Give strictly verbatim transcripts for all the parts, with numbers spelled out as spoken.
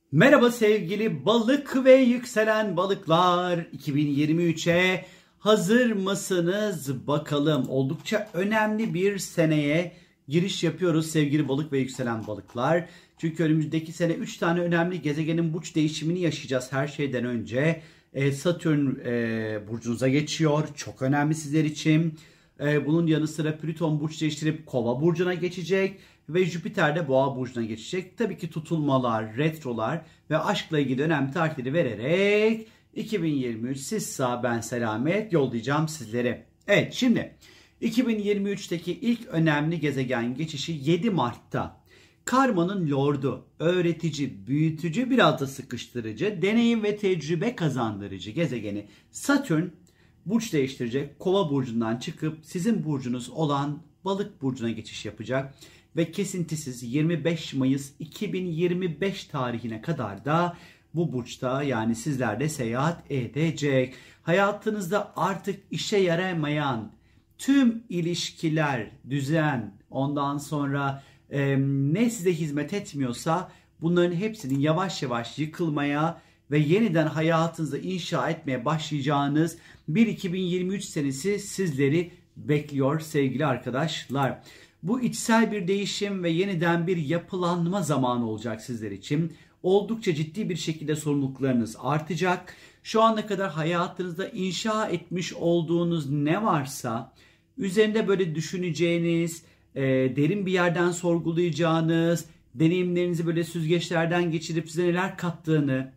Merhaba sevgili balık ve yükselen balıklar, iki bin yirmi üçe hazır mısınız bakalım? Oldukça önemli bir seneye giriş yapıyoruz sevgili balık ve yükselen balıklar. Çünkü önümüzdeki sene üç tane önemli gezegenin burç değişimini yaşayacağız her şeyden önce. Satürn e, burcunuza geçiyor, çok önemli sizler için. E, bunun yanı sıra Plüton burç değiştirip Kova burcuna geçecek. Ve Jüpiter de Boğa burcuna geçecek. Tabii ki tutulmalar, retrolar ve aşkla ilgili önemli tarihleri vererek iki bin yirmi üç siz sağ ben selamet yollayacağım sizlere. Evet, şimdi iki bin yirmi üçteki ilk önemli gezegen geçişi yedi Mart'ta. Karmanın lordu, öğretici, büyütücü, biraz da sıkıştırıcı, deneyim ve tecrübe kazandırıcı gezegeni Satürn burç değiştirecek. Kova burcundan çıkıp sizin burcunuz olan Balık burcuna geçiş yapacak. Ve kesintisiz yirmi beş Mayıs iki bin yirmi beş tarihine kadar da bu burçta, yani sizlerde seyahat edecek. Hayatınızda artık işe yaramayan tüm ilişkiler, düzen, ondan sonra e, ne size hizmet etmiyorsa bunların hepsinin yavaş yavaş yıkılmaya ve yeniden hayatınızda inşa etmeye başlayacağınız bir iki bin yirmi üç senesi sizleri bekliyor sevgili arkadaşlar. Bu içsel bir değişim ve yeniden bir yapılanma zamanı olacak sizler için. Oldukça ciddi bir şekilde sorumluluklarınız artacak. Şu ana kadar hayatınızda inşa etmiş olduğunuz ne varsa üzerinde böyle düşüneceğiniz, e, derin bir yerden sorgulayacağınız, deneyimlerinizi böyle süzgeçlerden geçirip size neler kattığını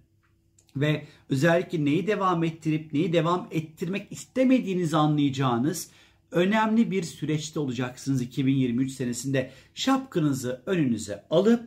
ve özellikle neyi devam ettirip neyi devam ettirmek istemediğinizi anlayacağınız önemli bir süreçte olacaksınız iki bin yirmi üç senesinde. Şapkınızı önünüze alıp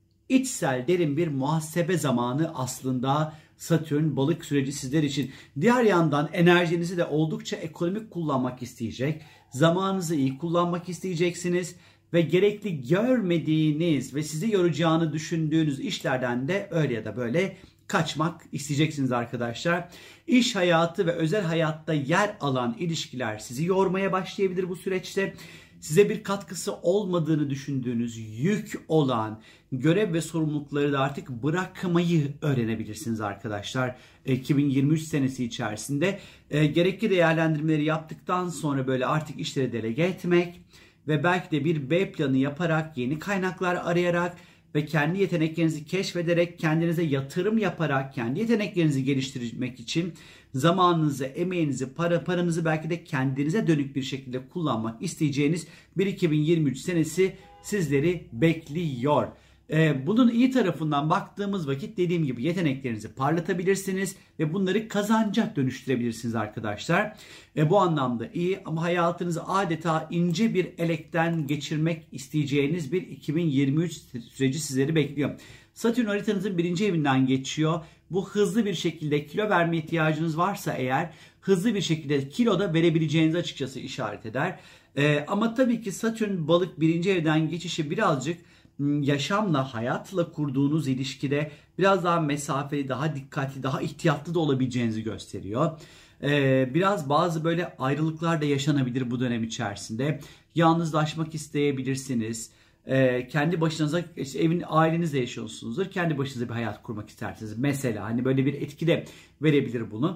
içsel derin bir muhasebe zamanı aslında Satürn balık süreci sizler için. Diğer yandan enerjinizi de oldukça ekonomik kullanmak isteyecek. Zamanınızı iyi kullanmak isteyeceksiniz ve gerekli görmediğiniz ve sizi yoracağını düşündüğünüz işlerden de öyle ya da böyle kaçmak isteyeceksiniz arkadaşlar. İş hayatı ve özel hayatta yer alan ilişkiler sizi yormaya başlayabilir bu süreçte. Size bir katkısı olmadığını düşündüğünüz yük olan görev ve sorumlulukları da artık bırakmayı öğrenebilirsiniz arkadaşlar. iki bin yirmi üç senesi içerisinde e, gerekli değerlendirmeleri yaptıktan sonra böyle artık işleri delege etmek ve belki de bir B planı yaparak, yeni kaynaklar arayarak ve kendi yeteneklerinizi keşfederek, kendinize yatırım yaparak, kendi yeteneklerinizi geliştirmek için zamanınızı, emeğinizi, para, paranızı belki de kendinize dönük bir şekilde kullanmak isteyeceğiniz bir iki bin yirmi üç senesi sizleri bekliyor. Ee, bunun iyi tarafından baktığımız vakit dediğim gibi yeteneklerinizi parlatabilirsiniz ve bunları kazanca dönüştürebilirsiniz arkadaşlar. E, bu anlamda iyi, ama hayatınızı adeta ince bir elekten geçirmek isteyeceğiniz bir iki bin yirmi üç süreci sizleri bekliyor. Satürn haritanızın birinci evinden geçiyor. Bu hızlı bir şekilde kilo verme ihtiyacınız varsa eğer hızlı bir şekilde kilo da verebileceğinizi açıkçası işaret eder. E, ama tabii ki Satürn balık birinci evden geçişi birazcık yaşamla, hayatla kurduğunuz ilişkide biraz daha mesafeli, daha dikkatli, daha ihtiyatlı da olabileceğinizi gösteriyor. Ee, biraz bazı böyle ayrılıklar da yaşanabilir bu dönem içerisinde. Yalnızlaşmak isteyebilirsiniz. Ee, kendi başınıza, işte evin ailenizle yaşıyorsunuzdur. Kendi başınıza bir hayat kurmak istersiniz. Mesela hani böyle bir etki de verebilir bunu.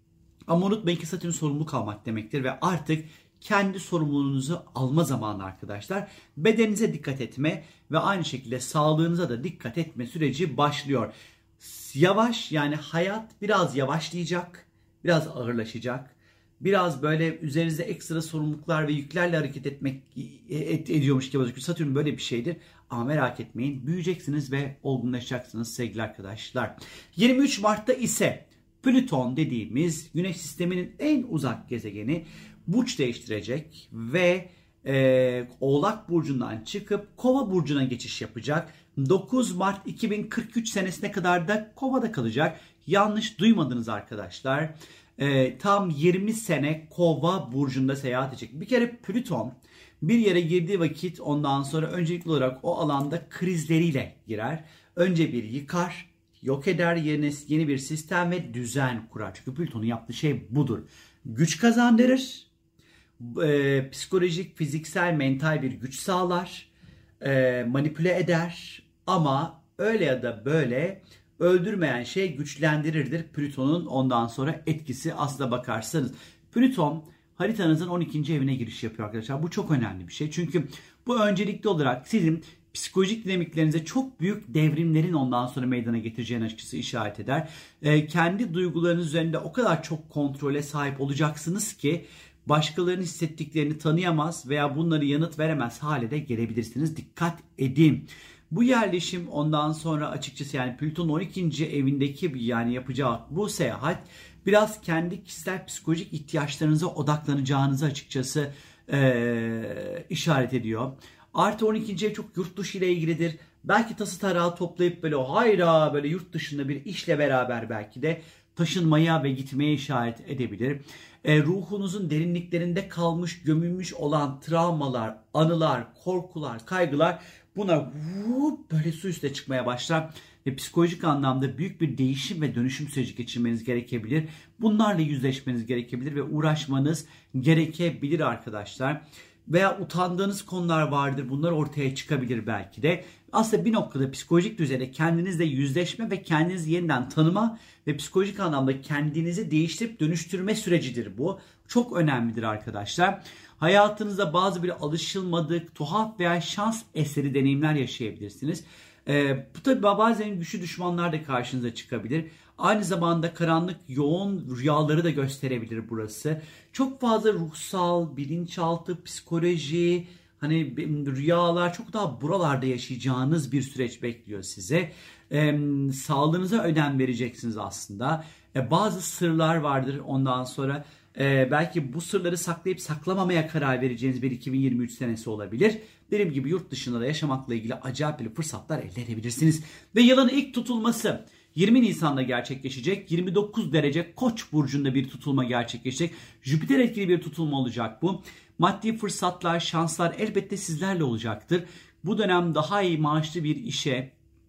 Ama unutmayın ki Satürn sorumluluk almak demektir ve artık kendi sorumluluğunuzu alma zamanı arkadaşlar. Bedeninize dikkat etme ve aynı şekilde sağlığınıza da dikkat etme süreci başlıyor. Yavaş, yani hayat biraz yavaşlayacak, biraz ağırlaşacak. Biraz böyle üzerinizde ekstra sorumluluklar ve yüklerle hareket etmek et, ediyormuş gibi gözüküyor. Satürn böyle bir şeydir. Ama merak etmeyin, büyüyeceksiniz ve olgunlaşacaksınız sevgili arkadaşlar. yirmi üç Mart'ta ise Plüton dediğimiz Güneş sisteminin en uzak gezegeni burç değiştirecek ve e, Oğlak burcundan çıkıp Kova burcuna geçiş yapacak. dokuz Mart iki bin kırk üç senesine kadar da Kova'da kalacak. Yanlış duymadınız arkadaşlar. E, tam yirmi sene Kova burcunda seyahat edecek. Bir kere Plüton bir yere girdiği vakit ondan sonra öncelikli olarak o alanda krizleriyle girer. Önce bir yıkar, yok eder, yerine yeni bir sistem ve düzen kurar. Çünkü Plüton'un yaptığı şey budur. Güç kazandırır, e, psikolojik, fiziksel, mental bir güç sağlar, e, manipüle eder ama öyle ya da böyle öldürmeyen şey güçlendirirdir Plüton'un ondan sonra etkisi aslına bakarsanız. Plüton haritanızın on ikinci evine giriş yapıyor arkadaşlar. Bu çok önemli bir şey. Çünkü bu öncelikli olarak sizin psikolojik dinamiklerinize çok büyük devrimlerin ondan sonra meydana getireceğini açıkçası işaret eder. Ee, kendi duygularınız üzerinde o kadar çok kontrole sahip olacaksınız ki başkalarının hissettiklerini tanıyamaz veya bunları yanıt veremez hale de gelebilirsiniz. Dikkat edin. Bu yerleşim ondan sonra açıkçası yani Plüton'un on ikinci evindeki yani yapacağı bu seyahat biraz kendi kişisel psikolojik ihtiyaçlarınıza odaklanacağınızı açıkçası ee, işaret ediyor. Artı on ikinci ev çok yurt dışı ile ilgilidir. Belki tası tarağı toplayıp böyle hayra böyle yurt dışında bir işle beraber belki de taşınmaya ve gitmeye işaret edebilir. E, ruhunuzun derinliklerinde kalmış, gömülmüş olan travmalar, anılar, korkular, kaygılar bunlar vup, böyle su üstüne çıkmaya başlar. Ve psikolojik anlamda büyük bir değişim ve dönüşüm süreci geçirmeniz gerekebilir. Bunlarla yüzleşmeniz gerekebilir ve uğraşmanız gerekebilir arkadaşlar. Veya utandığınız konular vardır. Bunlar ortaya çıkabilir belki de. Aslında bir noktada psikolojik düzeyde kendinizle yüzleşme ve kendinizi yeniden tanıma ve psikolojik anlamda kendinizi değiştirip dönüştürme sürecidir bu. Çok önemlidir arkadaşlar. Hayatınızda bazı bir alışılmadık, tuhaf veya şans eseri deneyimler yaşayabilirsiniz. Ee, bu tabi bazen güçlü düşmanlar da karşınıza çıkabilir. Aynı zamanda karanlık, yoğun rüyaları da gösterebilir burası. Çok fazla ruhsal, bilinçaltı, psikoloji, hani rüyalar çok daha buralarda yaşayacağınız bir süreç bekliyor size. Ee, sağlığınıza önem vereceksiniz aslında. Ee, bazı sırlar vardır ondan sonra. Ee, belki bu sırları saklayıp saklamamaya karar vereceğiniz bir iki bin yirmi üç senesi olabilir. Dediğim gibi yurt dışında da yaşamakla ilgili acayip bir fırsatlar elde edebilirsiniz. Ve yılın ilk tutulması yirmi Nisan'da gerçekleşecek. yirmi dokuz derece Koç burcunda bir tutulma gerçekleşecek. Jüpiter etkili bir tutulma olacak bu. Maddi fırsatlar, şanslar elbette sizlerle olacaktır. Bu dönem daha iyi maaşlı bir işe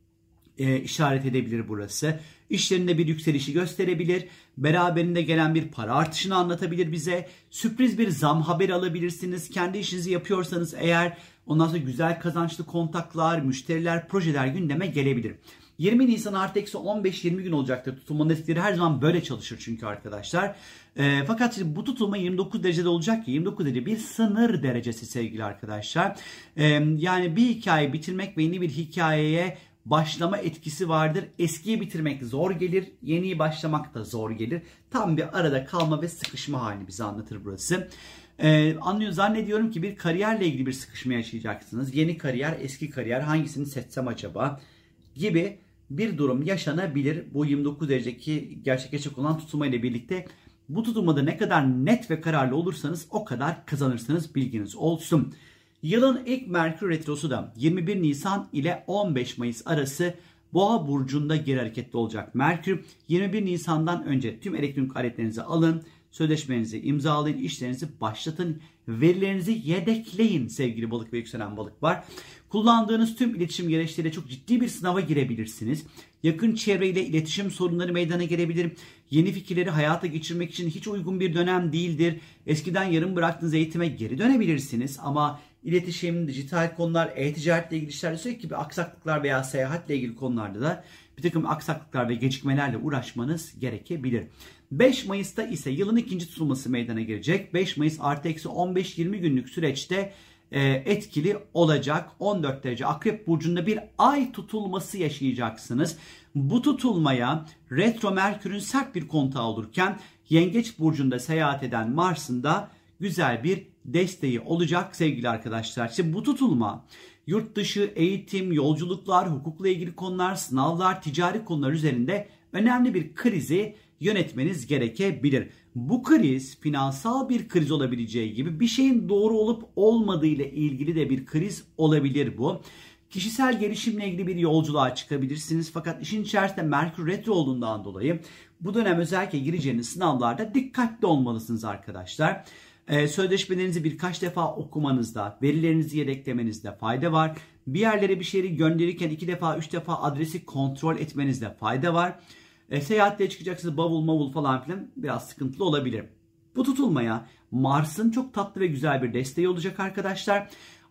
e, işaret edebilir burası. İşlerinde bir yükselişi gösterebilir. Beraberinde gelen bir para artışını anlatabilir bize. Sürpriz bir zam haberi alabilirsiniz. Kendi işinizi yapıyorsanız eğer ondan sonra güzel kazançlı kontaklar, müşteriler, projeler gündeme gelebilir. yirmi Nisan artı eksi on beş yirmi gün olacaktır. Tutulmanın etkileri her zaman böyle çalışır çünkü arkadaşlar. E, fakat bu tutulma yirmi dokuz derecede olacak ki yirmi dokuz derece bir sınır derecesi sevgili arkadaşlar. E, yani bir hikaye bitirmek ve yeni bir hikayeye başlama etkisi vardır. Eskiyi bitirmek zor gelir, yeniyi başlamak da zor gelir. Tam bir arada kalma ve sıkışma halini bize anlatır burası. Ee, anlıyor, zannediyorum ki bir kariyerle ilgili bir sıkışma yaşayacaksınız. Yeni kariyer, eski kariyer, hangisini seçsem acaba gibi bir durum yaşanabilir. Bu yirmi dokuz derecedeki gerçekleşecek olan tutulma ile birlikte. Bu tutulmada ne kadar net ve kararlı olursanız o kadar kazanırsınız, bilginiz olsun. Yılın ilk Merkür Retrosu da yirmi bir Nisan ile on beş Mayıs arası Boğa burcunda geri hareketli olacak. Merkür yirmi bir Nisan'dan önce tüm elektronik aletlerinizi alın, sözleşmenizi imzalayın, işlerinizi başlatın, verilerinizi yedekleyin sevgili balık ve yükselen balık var. Kullandığınız tüm iletişim gereçleriyle çok ciddi bir sınava girebilirsiniz. Yakın çevreyle iletişim sorunları meydana gelebilir. Yeni fikirleri hayata geçirmek için hiç uygun bir dönem değildir. Eskiden yarım bıraktığınız eğitime geri dönebilirsiniz ama iletişim, dijital konular, e-ticaretle ilgili işlerde sürekli bir aksaklıklar veya seyahatle ilgili konularda da bir takım aksaklıklar ve gecikmelerle uğraşmanız gerekebilir. beş Mayıs'ta ise yılın ikinci tutulması meydana gelecek. beş Mayıs artı eksi on beş yirmi günlük süreçte e, etkili olacak. on dört derece Akrep burcunda bir ay tutulması yaşayacaksınız. Bu tutulmaya retro Merkür'ün sert bir kontağı olurken Yengeç burcunda seyahat eden Mars'ın da güzel bir desteği olacak sevgili arkadaşlar. İşte bu tutulma yurt dışı, eğitim, yolculuklar, hukukla ilgili konular, sınavlar, ticari konular üzerinde önemli bir krizi yönetmeniz gerekebilir. Bu kriz finansal bir kriz olabileceği gibi bir şeyin doğru olup olmadığı ile ilgili de bir kriz olabilir bu. Kişisel gelişimle ilgili bir yolculuğa çıkabilirsiniz fakat işin içerisinde Merkür retro olduğundan dolayı bu dönem özellikle gireceğiniz sınavlarda dikkatli olmalısınız arkadaşlar. Ee, sözleşmelerinizi birkaç defa okumanızda, verilerinizi yedeklemenizde fayda var. Bir yerlere bir şeyleri gönderirken iki defa, üç defa adresi kontrol etmenizde fayda var. E, seyahatte çıkacaksınız, bavul mavul falan filan biraz sıkıntılı olabilir. Bu tutulmaya Mars'ın çok tatlı ve güzel bir desteği olacak arkadaşlar.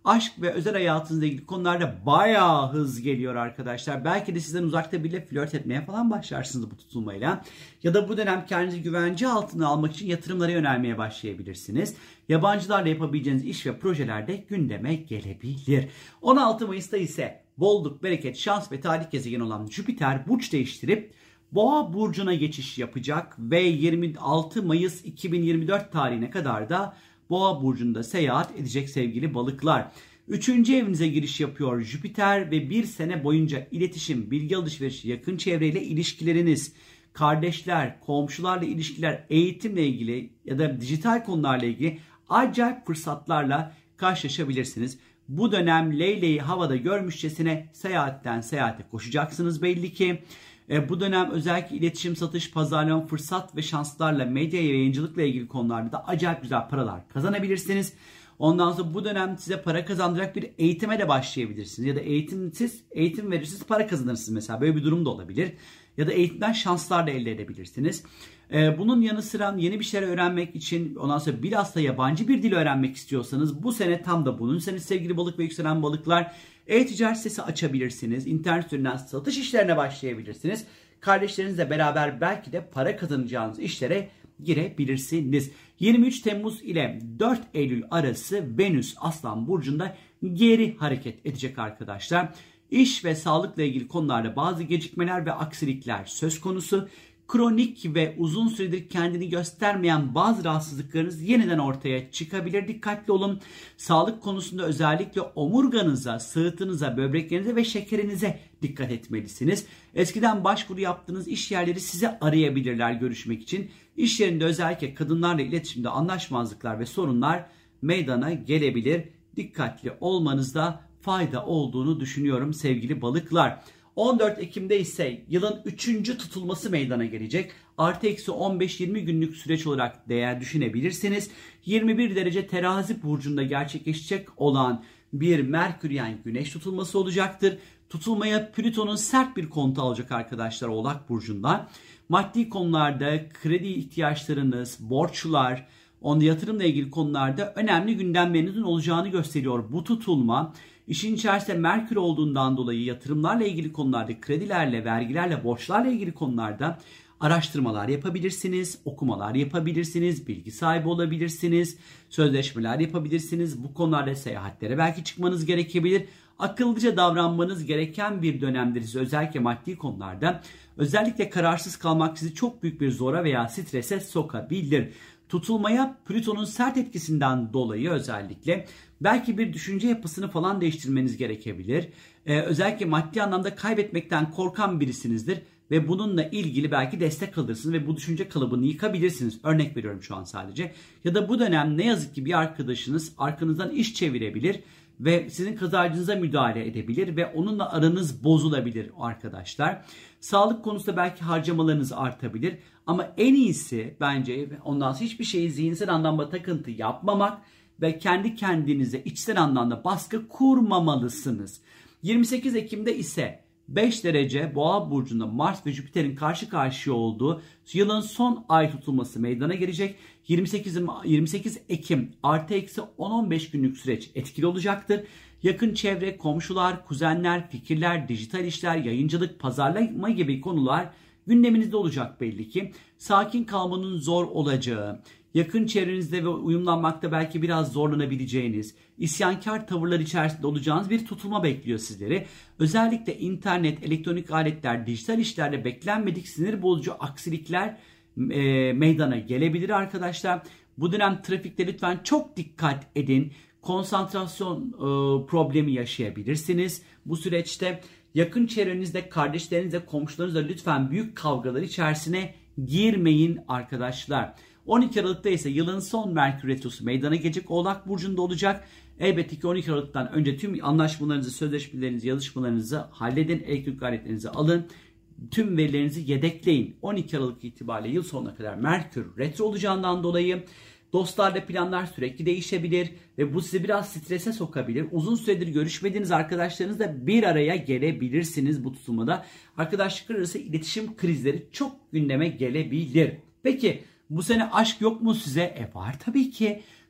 Aşk ve özel hayatınızla ilgili konularda bayağı hız geliyor arkadaşlar. Belki de sizden uzakta bile flört etmeye falan başlarsınız bu tutulmayla. Ya da bu dönem kendinizi güvence altına almak için yatırımlara yönelmeye başlayabilirsiniz. Yabancılarla yapabileceğiniz iş ve projeler de gündeme gelebilir. on altı Mayıs'ta ise bolluk, bereket, şans ve talih gezegeni olan Jüpiter burç değiştirip Boğa burcuna geçiş yapacak ve yirmi altı Mayıs iki bin yirmi dört tarihine kadar da Boğa burcunda seyahat edecek sevgili balıklar. Üçüncü evinize giriş yapıyor Jüpiter ve bir sene boyunca iletişim, bilgi alışverişi, yakın çevreyle ilişkileriniz, kardeşler, komşularla ilişkiler, eğitimle ilgili ya da dijital konularla ilgili acayip fırsatlarla karşılaşabilirsiniz. Bu dönem leyleği havada görmüşçesine seyahatten seyahate koşacaksınız belli ki. E, bu dönem özellikle iletişim, satış, pazarlama, fırsat ve şanslarla medya ve yayıncılıkla ilgili konularda da acayip güzel paralar kazanabilirsiniz. Ondan sonra bu dönem size para kazandıracak bir eğitime de başlayabilirsiniz. Ya da eğitimsiz, eğitim verirsiniz para kazanırsınız mesela. Böyle bir durum da olabilir. Ya da eğitimden şanslar da elde edebilirsiniz. Ee, bunun yanı sıra yeni bir şeyler öğrenmek için, ondan sonra bilhassa yabancı bir dil öğrenmek istiyorsanız bu sene tam da bunun sene sevgili balık ve yükselen balıklar. E-ticaret sitesi açabilirsiniz. İnternet üzerinden satış işlerine başlayabilirsiniz. Kardeşlerinizle beraber belki de para kazanacağınız işlere girebilirsiniz. yirmi üç Temmuz ile dört Eylül arası Venüs Aslan Burcu'nda geri hareket edecek arkadaşlar. İş ve sağlıkla ilgili konularda bazı gecikmeler ve aksilikler söz konusu. Kronik ve uzun süredir kendini göstermeyen bazı rahatsızlıklarınız yeniden ortaya çıkabilir. Dikkatli olun. Sağlık konusunda özellikle omurganıza, sığıtınıza, böbreklerinize ve şekerinize dikkat etmelisiniz. Eskiden başvuru yaptığınız iş yerleri sizi arayabilirler görüşmek için. İş yerinde özellikle kadınlarla iletişimde anlaşmazlıklar ve sorunlar meydana gelebilir. Dikkatli olmanızda fayda olduğunu düşünüyorum sevgili balıklar. on dört Ekim'de ise yılın üçüncü tutulması meydana gelecek. Artı eksi on beş yirmi günlük süreç olarak değer düşünebilirsiniz. yirmi bir derece terazi burcunda gerçekleşecek olan bir Merküryen güneş tutulması olacaktır. Tutulmaya Plüton'un sert bir kontu alacak arkadaşlar Oğlak burcundan. Maddi konularda kredi ihtiyaçlarınız, borçlar, onda yatırımla ilgili konularda önemli gündemlerinizin olacağını gösteriyor bu tutulma. İşin içerisinde Merkür olduğundan dolayı yatırımlarla ilgili konularda, kredilerle, vergilerle, borçlarla ilgili konularda araştırmalar yapabilirsiniz, okumalar yapabilirsiniz, bilgi sahibi olabilirsiniz, sözleşmeler yapabilirsiniz. Bu konularda seyahatlere belki çıkmanız gerekebilir. Akıllıca davranmanız gereken bir dönemdir özellikle maddi konularda. Özellikle kararsız kalmak sizi çok büyük bir zora veya strese sokabilir. Tutulmaya Plüton'un sert etkisinden dolayı özellikle belki bir düşünce yapısını falan değiştirmeniz gerekebilir. Ee, özellikle maddi anlamda kaybetmekten korkan birisinizdir ve bununla ilgili belki destek alırsınız ve bu düşünce kalıbını yıkabilirsiniz. Örnek veriyorum şu an sadece. Ya da bu dönem ne yazık ki bir arkadaşınız arkanızdan iş çevirebilir ve sizin kazancınıza müdahale edebilir ve onunla aranız bozulabilir arkadaşlar. Sağlık konusunda belki harcamalarınız artabilir ama en iyisi bence ondan sonra hiçbir şeyi zihinsel anlamda takıntı yapmamak ve kendi kendinize içsel anlamda baskı kurmamalısınız. yirmi sekiz Ekim'de ise beş derece Boğa burcunda Mars ve Jüpiter'in karşı karşıya olduğu yılın son ay tutulması meydana gelecek. yirmi sekiz, yirmi sekiz Ekim artı eksi on on beş günlük süreç etkili olacaktır. Yakın çevre, komşular, kuzenler, fikirler, dijital işler, yayıncılık, pazarlama gibi konular gündeminizde olacak belli ki. Sakin kalmanın zor olacağı, yakın çevrenizde ve uyumlanmakta belki biraz zorlanabileceğiniz, isyankar tavırlar içerisinde olacağınız bir tutulma bekliyor sizleri. Özellikle internet, elektronik aletler, dijital işlerde beklenmedik sinir bozucu aksilikler e, meydana gelebilir arkadaşlar. Bu dönem trafikte lütfen çok dikkat edin. Konsantrasyon e, problemi yaşayabilirsiniz. Bu süreçte yakın çevrenizde, kardeşlerinizle, komşularınızla lütfen büyük kavgalar içerisine girmeyin arkadaşlar. on iki Aralık'ta ise yılın son Merkür Retrosu meydana gelecek Oğlak Burcu'nda olacak. Elbette ki on iki Aralık'tan önce tüm anlaşmalarınızı, sözleşmelerinizi, yazışmalarınızı halledin. Elektrik aletlerinizi alın. Tüm verilerinizi yedekleyin. on iki Aralık itibariyle yıl sonuna kadar Merkür Retro olacağından dolayı dostlarla planlar sürekli değişebilir ve bu sizi biraz strese sokabilir. Uzun süredir görüşmediğiniz arkadaşlarınızla bir araya gelebilirsiniz bu tutulmada. Arkadaşlıklar arası iletişim krizleri çok gündeme gelebilir. Peki bu sene aşk yok mu size? E var tabii ki.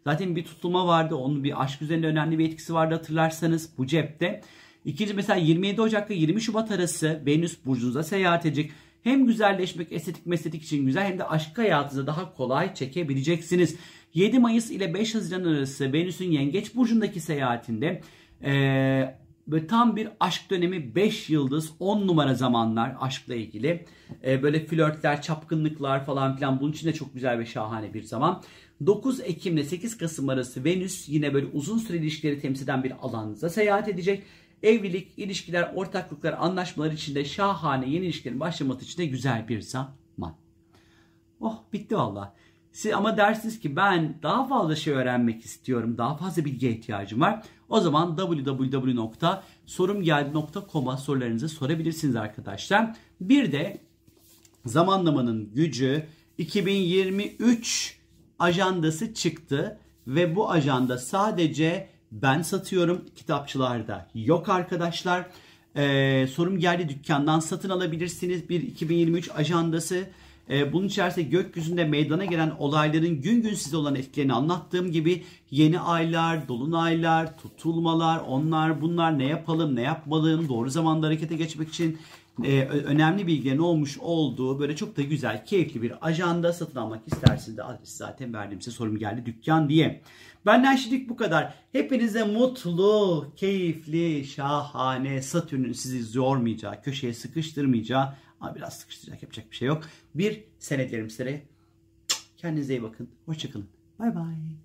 Zaten bir tutulma vardı. Onun bir aşk üzerinde önemli bir etkisi vardı hatırlarsanız bu cepte. İkinci mesela yirmi yedi Ocak ile yirmi Şubat arası Venüs burcunuza seyahat edecek. Hem güzelleşmek, estetik mesletik için güzel hem de aşk hayatınıza daha kolay çekebileceksiniz. yedi Mayıs ile beş Haziran arası Venüs'ün Yengeç burcundaki seyahatinde ee, böyle tam bir aşk dönemi, beş yıldız on numara zamanlar aşkla ilgili. Ee, böyle flörtler, çapkınlıklar falan filan, bunun için de çok güzel ve şahane bir zaman. dokuz Ekim ile sekiz Kasım arası Venüs yine böyle uzun süreli ilişkileri temsil eden bir alanınıza seyahat edecek. Evlilik, ilişkiler, ortaklıklar, anlaşmalar içinde şahane, yeni ilişkilerin başlaması için de güzel bir zaman. Oh, bitti valla. Siz ama dersiniz ki ben daha fazla şey öğrenmek istiyorum, daha fazla bilgiye ihtiyacım var. O zaman double-u double-u double-u nokta sorumgeldi nokta com'a sorularınızı sorabilirsiniz arkadaşlar. Bir de zamanlamanın gücü iki bin yirmi üç ajandası çıktı ve bu ajanda sadece ben satıyorum, kitapçılarda yok arkadaşlar. Ee, Sorum Geldi dükkandan satın alabilirsiniz bir iki bin yirmi üç ajandası. Ee, bunun içerisinde gökyüzünde meydana gelen olayların gün gün size olan etkilerini anlattığım gibi yeni aylar, dolunaylar, tutulmalar, onlar bunlar, ne yapalım, ne yapmalım, doğru zamanda harekete geçmek için e, önemli bilgilerin olmuş olduğu böyle çok da güzel, keyifli bir ajanda. Satın almak isterseniz de adresi zaten verdim size, Sorum Geldi dükkan diye. Benden şimdilik bu kadar. Hepinize mutlu, keyifli, şahane, Satürn'ün sizi yormayacağı, köşeye sıkıştırmayacağı, ama biraz sıkıştıracak, yapacak bir şey yok, bir sene dilerim size. Kendinize iyi bakın. Hoşçakalın. Bay bay.